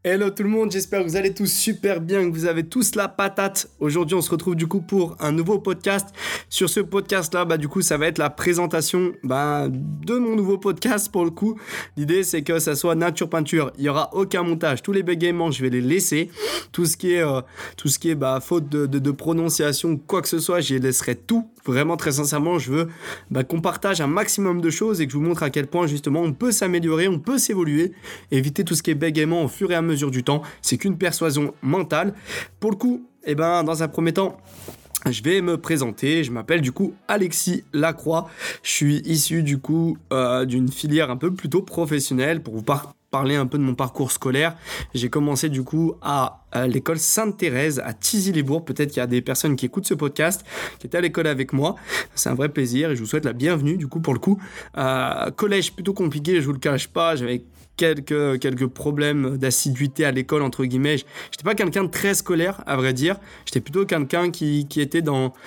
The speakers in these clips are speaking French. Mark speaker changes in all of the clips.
Speaker 1: Hello tout le monde, j'espère que vous allez tous super bien, que vous avez tous la patate. Aujourd'hui, on se retrouve du coup pour un nouveau podcast. Sur ce podcast-là, du coup, ça va être la présentation de mon nouveau podcast pour le coup. L'idée, c'est que ça soit nature peinture. Il n'y aura aucun montage. Tous les bégaiements, je vais les laisser. Tout ce qui est faute de prononciation, quoi que ce soit, j'y laisserai tout. Vraiment, très sincèrement, je veux qu'on partage un maximum de choses et que je vous montre à quel point, justement, on peut s'améliorer, on peut s'évoluer, éviter tout ce qui est bégaiement au fur et à mesure du temps. C'est qu'une persuasion mentale. Pour le coup, dans un premier temps, je vais me présenter. Je m'appelle du coup Alexis Lacroix. Je suis issu du coup d'une filière un peu plutôt professionnelle. Pour vous parler un peu de mon parcours scolaire, j'ai commencé du coup à l'école Sainte-Thérèse à Thizy-les-Bourgs. Peut-être qu'il y a des personnes qui écoutent ce podcast qui étaient à l'école avec moi. C'est un vrai plaisir et je vous souhaite la bienvenue du coup pour le coup. Collège plutôt compliqué, je vous le cache pas. J'avais quelques problèmes d'assiduité à l'école, entre guillemets. J'étais pas quelqu'un de très scolaire, à vrai dire. J'étais plutôt quelqu'un qui était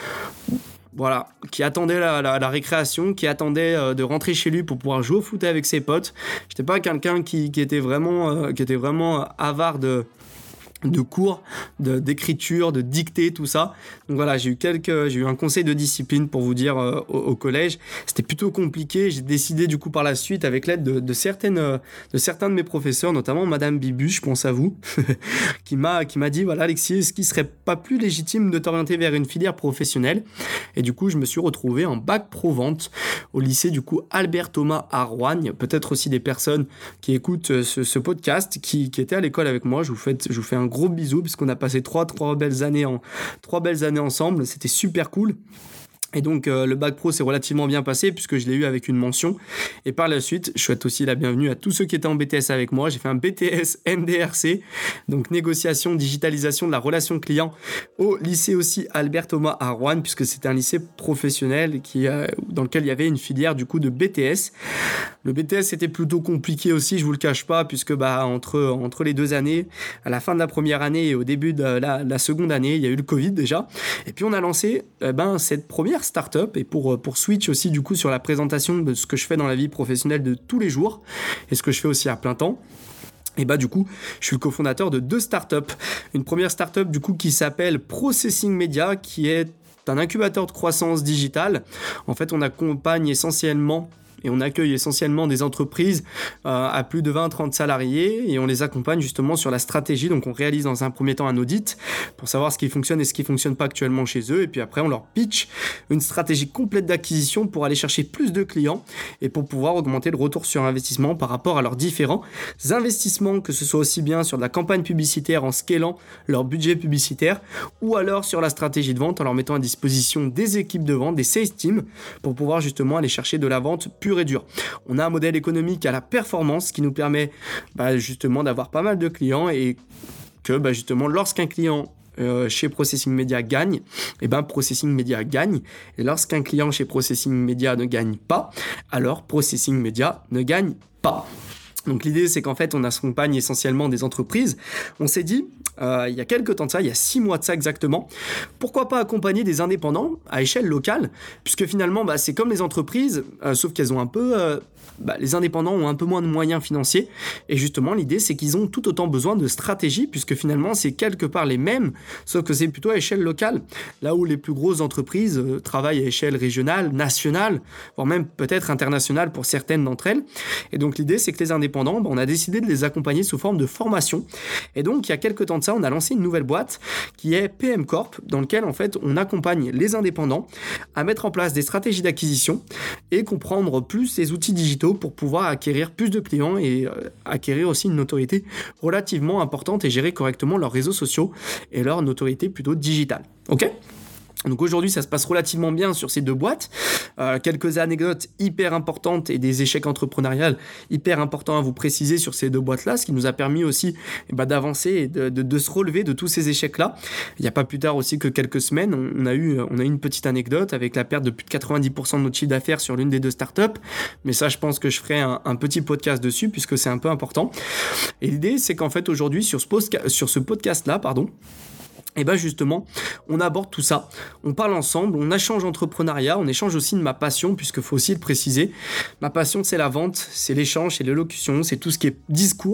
Speaker 1: qui attendait la récréation, qui attendait de rentrer chez lui pour pouvoir jouer au foot avec ses potes. J'étais pas quelqu'un qui était vraiment avare de cours, d'écriture, de dictée, tout ça. Donc voilà, j'ai eu un conseil de discipline pour vous dire au collège. C'était plutôt compliqué. J'ai décidé du coup par la suite, avec l'aide de certains de mes professeurs, notamment Madame Bibu, je pense à vous, qui m'a dit, voilà Alexis, est-ce qu'il serait pas plus légitime de t'orienter vers une filière professionnelle? Et du coup, je me suis retrouvé en bac pro vente au lycée du coup Albert Thomas à Roanne. Peut-être aussi des personnes qui écoutent ce podcast qui étaient à l'école avec moi. Je vous fais un gros bisou puisqu'on a passé trois belles années ensemble. C'était super cool. Et donc le bac pro s'est relativement bien passé puisque je l'ai eu avec une mention. Et par la suite, je souhaite aussi la bienvenue à tous ceux qui étaient en BTS avec moi. J'ai fait un BTS MDRC, donc négociation, digitalisation de la relation client au lycée aussi Albert Thomas à Roanne, puisque c'était un lycée professionnel dans lequel il y avait une filière du coup de BTS. Le BTS c'était plutôt compliqué aussi, je vous le cache pas, puisque entre les 2 années, à la fin de la première année et au début de la seconde année, il y a eu le Covid déjà. Et puis on a lancé cette première start-up, et pour switch aussi du coup sur la présentation de ce que je fais dans la vie professionnelle de tous les jours et ce que je fais aussi à plein temps. Et du coup, je suis le cofondateur de 2 startups. Une première startup du coup qui s'appelle Processing Media, qui est un incubateur de croissance digitale. En fait, on accompagne essentiellement et on accueille essentiellement des entreprises à plus de 20-30 salariés et on les accompagne justement sur la stratégie. Donc on réalise dans un premier temps un audit pour savoir ce qui fonctionne et ce qui ne fonctionne pas actuellement chez eux, et puis après on leur pitch une stratégie complète d'acquisition pour aller chercher plus de clients et pour pouvoir augmenter le retour sur investissement par rapport à leurs différents investissements, que ce soit aussi bien sur de la campagne publicitaire en scalant leur budget publicitaire, ou alors sur la stratégie de vente en leur mettant à disposition des équipes de vente, des sales teams, pour pouvoir justement aller chercher de la vente pure et dure. On a un modèle économique à la performance qui nous permet justement d'avoir pas mal de clients, et que justement lorsqu'un client chez Processing Media gagne, Processing Media gagne, et lorsqu'un client chez Processing Media ne gagne pas, alors Processing Media ne gagne pas. Donc l'idée, c'est qu'en fait, on accompagne essentiellement des entreprises. On s'est dit, il y a quelques temps de ça, il y a 6 mois de ça exactement, pourquoi pas accompagner des indépendants à échelle locale, puisque finalement, c'est comme les entreprises, sauf qu'elles ont les indépendants ont un peu moins de moyens financiers, et justement, l'idée, c'est qu'ils ont tout autant besoin de stratégie, puisque finalement, c'est quelque part les mêmes, sauf que c'est plutôt à échelle locale, là où les plus grosses entreprises travaillent à échelle régionale, nationale, voire même peut-être internationale pour certaines d'entre elles. Et donc l'idée, c'est que les indépendants, on a décidé de les accompagner sous forme de formation. Et donc, il y a quelques temps de ça, on a lancé une nouvelle boîte qui est PM Corp, dans laquelle, en fait, on accompagne les indépendants à mettre en place des stratégies d'acquisition et comprendre plus les outils digitaux pour pouvoir acquérir plus de clients et acquérir aussi une notoriété relativement importante et gérer correctement leurs réseaux sociaux et leur notoriété plutôt digitale. Ok ? Donc aujourd'hui, ça se passe relativement bien sur ces 2 boîtes. Quelques anecdotes hyper importantes et des échecs entrepreneuriaux hyper importants à vous préciser sur ces 2 boîtes-là, ce qui nous a permis aussi d'avancer et de se relever de tous ces échecs-là. Il n'y a pas plus tard aussi que quelques semaines, on a eu une petite anecdote avec la perte de plus de 90% de notre chiffre d'affaires sur l'une des 2 startups. Mais ça, je pense que je ferai un petit podcast dessus puisque c'est un peu important. Et l'idée, c'est qu'en fait aujourd'hui, sur ce podcast-là, Et bien justement, on aborde tout ça, on parle ensemble, on échange entrepreneuriat, on échange aussi de ma passion, puisqu'il faut aussi le préciser. Ma passion, c'est la vente, c'est l'échange, c'est l'élocution, c'est tout ce qui est discours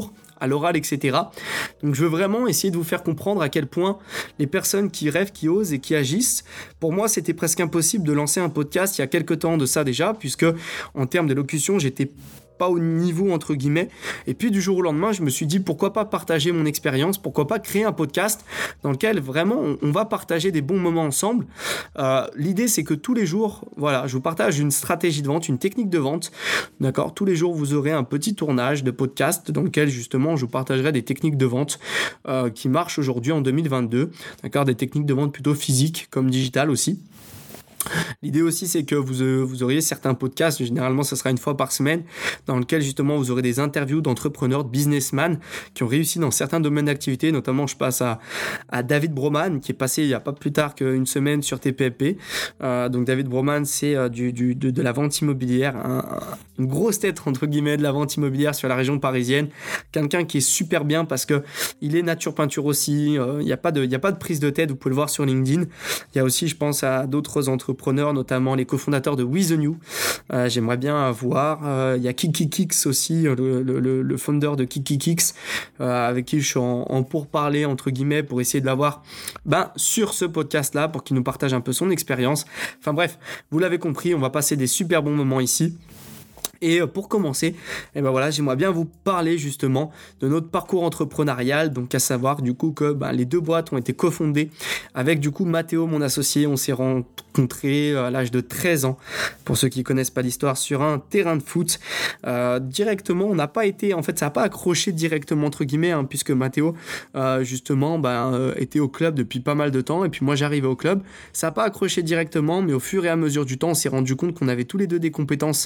Speaker 1: à l'oral, etc. Donc je veux vraiment essayer de vous faire comprendre à quel point les personnes qui rêvent, qui osent et qui agissent, pour moi c'était presque impossible de lancer un podcast il y a quelques temps de ça déjà, puisque en termes d'élocution j'étais pas au niveau entre guillemets, et puis du jour au lendemain je me suis dit pourquoi pas partager mon expérience, pourquoi pas créer un podcast dans lequel vraiment on va partager des bons moments ensemble. L'idée c'est que tous les jours, voilà, je vous partage une stratégie de vente, une technique de vente, d'accord, tous les jours vous aurez un petit tournage de podcast dans lequel justement je vous partagerai des techniques de vente qui marchent aujourd'hui en 2022, d'accord, des techniques de vente plutôt physiques comme digitales aussi. L'idée aussi, c'est que vous auriez certains podcasts, généralement ça sera une fois par semaine, dans lequel justement vous aurez des interviews d'entrepreneurs, de businessmen qui ont réussi dans certains domaines d'activité, notamment je passe à David Broman qui est passé il n'y a pas plus tard qu'une semaine sur TPFP. Donc David Broman, c'est de la vente immobilière, une grosse tête entre guillemets de la vente immobilière sur la région parisienne, quelqu'un qui est super bien parce que il est nature peinture aussi, il n'y a pas de prise de tête, vous pouvez le voir sur LinkedIn. Il y a aussi, je pense à d'autres entrepreneurs, notamment les cofondateurs de We The New. J'aimerais bien voir. Il y a KikiKix aussi, le founder de KikiKix, avec qui je suis en pourparlers, entre guillemets, pour essayer de l'avoir sur ce podcast-là, pour qu'il nous partage un peu son expérience. Enfin bref, vous l'avez compris, on va passer des super bons moments ici. Et pour commencer, j'aimerais bien vous parler justement de notre parcours entrepreneurial, donc à savoir du coup que les deux boîtes ont été cofondées avec du coup Mathéo, mon associé. On s'est rencontrés à l'âge de 13 ans, pour ceux qui connaissent pas l'histoire, sur un terrain de foot. Directement, on n'a pas été, en fait ça n'a pas accroché directement entre guillemets, puisque Mathéo justement était au club depuis pas mal de temps, et puis moi j'arrivais au club. Ça n'a pas accroché directement, mais au fur et à mesure du temps, on s'est rendu compte qu'on avait tous les deux des compétences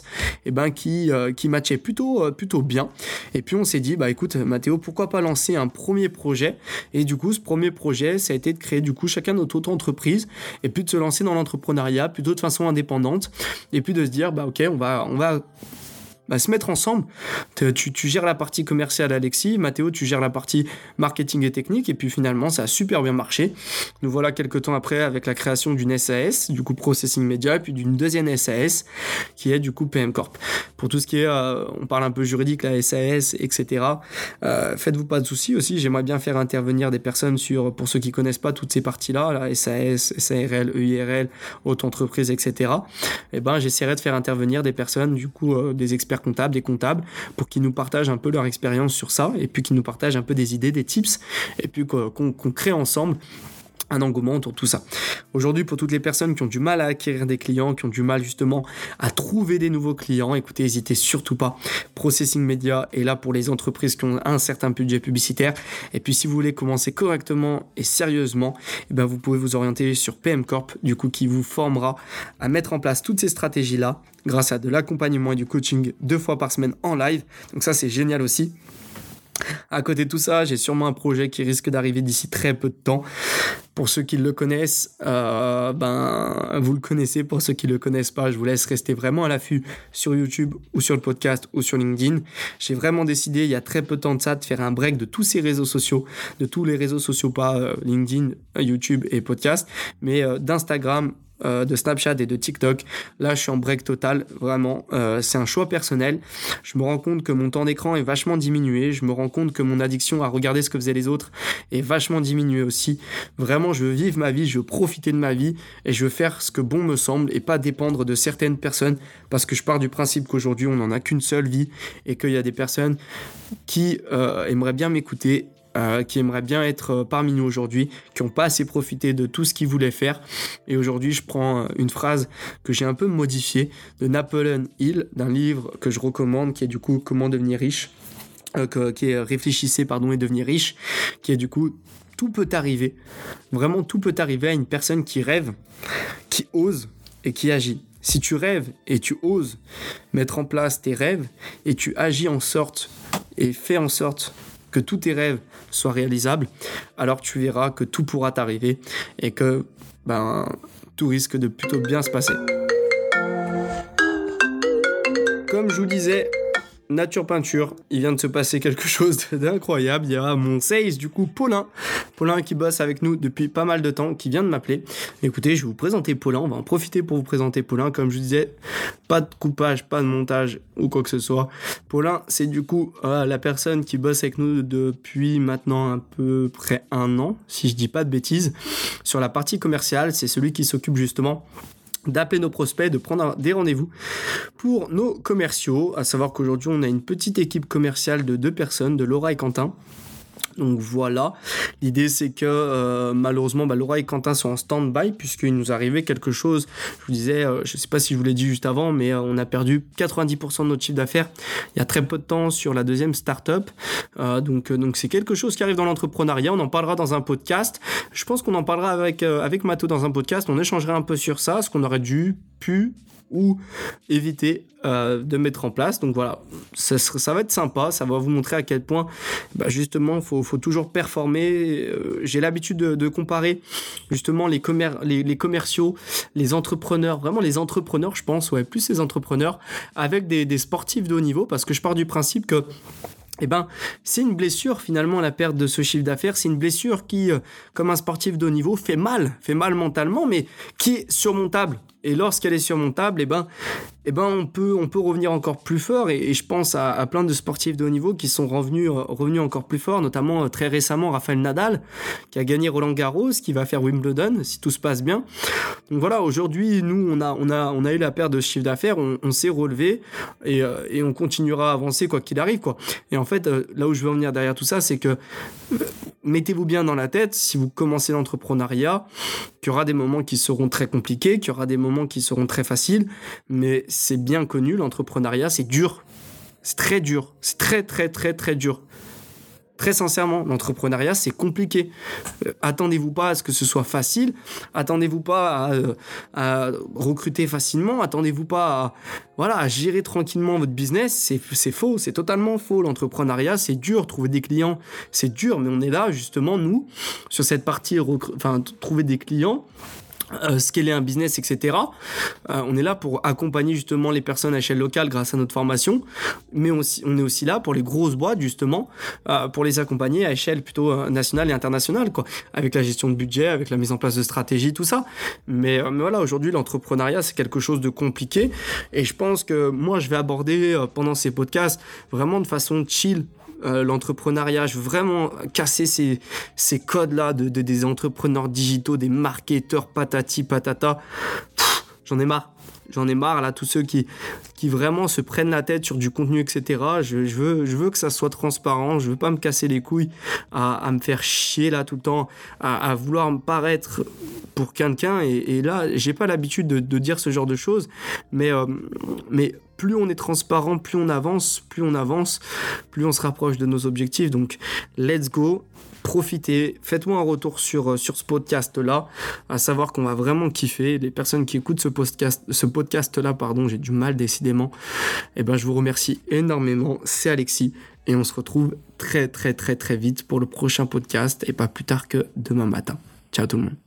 Speaker 1: qui matchait plutôt bien. Et puis on s'est dit, écoute Mathéo, pourquoi pas lancer un premier projet? Et du coup, ce premier projet, ça a été de créer du coup chacun notre auto-entreprise, et puis de se lancer dans l'entrepreneuriat plutôt de façon indépendante, et puis de se dire, ok, on va se mettre ensemble. Tu gères la partie commerciale, Alexis. Mathéo, tu gères la partie marketing et technique. Et puis finalement, ça a super bien marché. Nous voilà quelques temps après avec la création d'une SAS, du coup Processing Media, et puis d'une deuxième SAS qui est du coup PM Corp. Pour tout ce qui est, on parle un peu juridique, la SAS, etc. Faites-vous pas de soucis aussi. J'aimerais bien faire intervenir des personnes pour ceux qui connaissent pas toutes ces parties-là, la SAS, SARL, EIRL, auto-entreprise, etc. J'essaierai de faire intervenir des personnes, du coup, des experts comptables, des comptables, pour qu'ils nous partagent un peu leur expérience sur ça, et puis qu'ils nous partagent un peu des idées, des tips, et puis qu'on crée ensemble un engouement autour de tout ça. Aujourd'hui, pour toutes les personnes qui ont du mal à acquérir des clients, qui ont du mal justement à trouver des nouveaux clients, écoutez, n'hésitez surtout pas. Processing Media est là pour les entreprises qui ont un certain budget publicitaire. Et puis, si vous voulez commencer correctement et sérieusement, vous pouvez vous orienter sur PM Corp, du coup, qui vous formera à mettre en place toutes ces stratégies-là grâce à de l'accompagnement et du coaching 2 fois par semaine en live. Donc ça, c'est génial aussi. À côté de tout ça, j'ai sûrement un projet qui risque d'arriver d'ici très peu de temps. Pour ceux qui le connaissent, vous le connaissez. Pour ceux qui ne le connaissent pas, je vous laisse rester vraiment à l'affût sur YouTube ou sur le podcast ou sur LinkedIn. J'ai vraiment décidé, il y a très peu de temps de ça, de faire un break de tous ces réseaux sociaux, de tous les réseaux sociaux, pas LinkedIn, YouTube et podcast, mais d'Instagram, de Snapchat et de TikTok. Là, je suis en break total, vraiment. C'est un choix personnel. Je me rends compte que mon temps d'écran est vachement diminué. Je me rends compte que mon addiction à regarder ce que faisaient les autres est vachement diminuée aussi. Vraiment, je veux vivre ma vie, je veux profiter de ma vie et je veux faire ce que bon me semble et pas dépendre de certaines personnes, parce que je pars du principe qu'aujourd'hui, on n'en a qu'une seule vie et qu'il y a des personnes qui aimeraient bien m'écouter, qui aimeraient bien être parmi nous aujourd'hui, qui n'ont pas assez profité de tout ce qu'ils voulaient faire. Et aujourd'hui, je prends une phrase que j'ai un peu modifiée de Napoleon Hill, d'un livre que je recommande, qui est du coup Comment devenir riche, qui est Réfléchissez et devenir riche, qui est du coup tout peut arriver. Vraiment, tout peut arriver à une personne qui rêve, qui ose et qui agit. Si tu rêves et tu oses mettre en place tes rêves et tu agis en sorte et fais en sorte que tous tes rêves soient réalisables, alors tu verras que tout pourra t'arriver et que tout risque de plutôt bien se passer. Comme je vous disais, Nature Peinture, il vient de se passer quelque chose d'incroyable. Il y a mon sales, du coup, Paulin qui bosse avec nous depuis pas mal de temps, qui vient de m'appeler. Écoutez, je vais vous présenter Paulin. On va en profiter pour vous présenter Paulin. Comme je vous disais, pas de coupage, pas de montage ou quoi que ce soit. Paulin, c'est du coup la personne qui bosse avec nous depuis maintenant à peu près 1 an, si je dis pas de bêtises. Sur la partie commerciale, c'est celui qui s'occupe justement d'appeler nos prospects, de prendre des rendez-vous pour nos commerciaux. À savoir qu'aujourd'hui, on a une petite équipe commerciale de 2 personnes, de Laura et Quentin. Donc voilà, l'idée c'est que malheureusement Laura et Quentin sont en stand-by puisqu'il nous arrivait quelque chose, je vous disais, je sais pas si je vous l'ai dit juste avant, mais on a perdu 90% de notre chiffre d'affaires il y a très peu de temps sur la deuxième start-up. Donc c'est quelque chose qui arrive dans l'entrepreneuriat, on en parlera dans un podcast. Je pense qu'on en parlera avec Matho dans un podcast, on échangera un peu sur ça, ce qu'on aurait pu ou éviter de mettre en place. Donc voilà, ça va être sympa, ça va vous montrer à quel point justement faut toujours performer. J'ai l'habitude de comparer justement les commerciaux, les entrepreneurs, vraiment les entrepreneurs, je pense, plus les entrepreneurs avec des sportifs de haut niveau, parce que je pars du principe que c'est une blessure finalement, la perte de ce chiffre d'affaires. C'est une blessure qui, comme un sportif de haut niveau, fait mal mentalement, mais qui est surmontable. Et lorsqu'elle est surmontable, on peut revenir encore plus fort. Et je pense à plein de sportifs de haut niveau qui sont revenus encore plus fort, notamment très récemment Rafael Nadal, qui a gagné Roland-Garros, qui va faire Wimbledon, si tout se passe bien. Donc voilà, aujourd'hui, nous, on a eu la perte de chiffre d'affaires, on s'est relevé et on continuera à avancer quoi qu'il arrive, quoi. Et en fait, là où je veux en venir derrière tout ça, c'est que mettez-vous bien dans la tête, si vous commencez l'entrepreneuriat, qu'il y aura des moments qui seront très compliqués, qu'il y aura des moments qui seront très faciles, mais c'est bien connu, l'entrepreneuriat, c'est dur. C'est très dur. C'est très, très, très, très dur. Très sincèrement, l'entrepreneuriat, c'est compliqué. Attendez-vous pas à ce que ce soit facile. Attendez-vous pas à recruter facilement. Attendez-vous pas à gérer tranquillement votre business. C'est faux, c'est totalement faux. L'entrepreneuriat, c'est dur. Trouver des clients, c'est dur. Mais on est là, justement, nous, sur cette partie, trouver des clients, scaler un business, etc. On est là pour accompagner justement les personnes à échelle locale grâce à notre formation, mais on est aussi là pour les grosses boîtes justement, pour les accompagner à échelle plutôt nationale et internationale, quoi, avec la gestion de budget, avec la mise en place de stratégie, tout ça. Mais voilà, aujourd'hui l'entrepreneuriat c'est quelque chose de compliqué et je pense que moi je vais aborder pendant ces podcasts vraiment de façon chill. L'entrepreneuriat, je veux vraiment casser ces codes-là des entrepreneurs digitaux, des marketeurs patati patata. J'en ai marre là, tous ceux qui vraiment se prennent la tête sur du contenu, etc. Je veux que ça soit transparent, je veux pas me casser les couilles à me faire chier là tout le temps, à vouloir me paraître pour quelqu'un, et là j'ai pas l'habitude de dire ce genre de choses, mais plus on est transparent, plus on avance, plus on se rapproche de nos objectifs. Donc let's go, profitez, faites-moi un retour sur ce podcast-là, à savoir qu'on va vraiment kiffer. Les personnes qui écoutent ce podcast-là, j'ai du mal décidément, je vous remercie énormément. C'est Alexis et on se retrouve très très très très vite pour le prochain podcast, et pas plus tard que demain matin. Ciao tout le monde.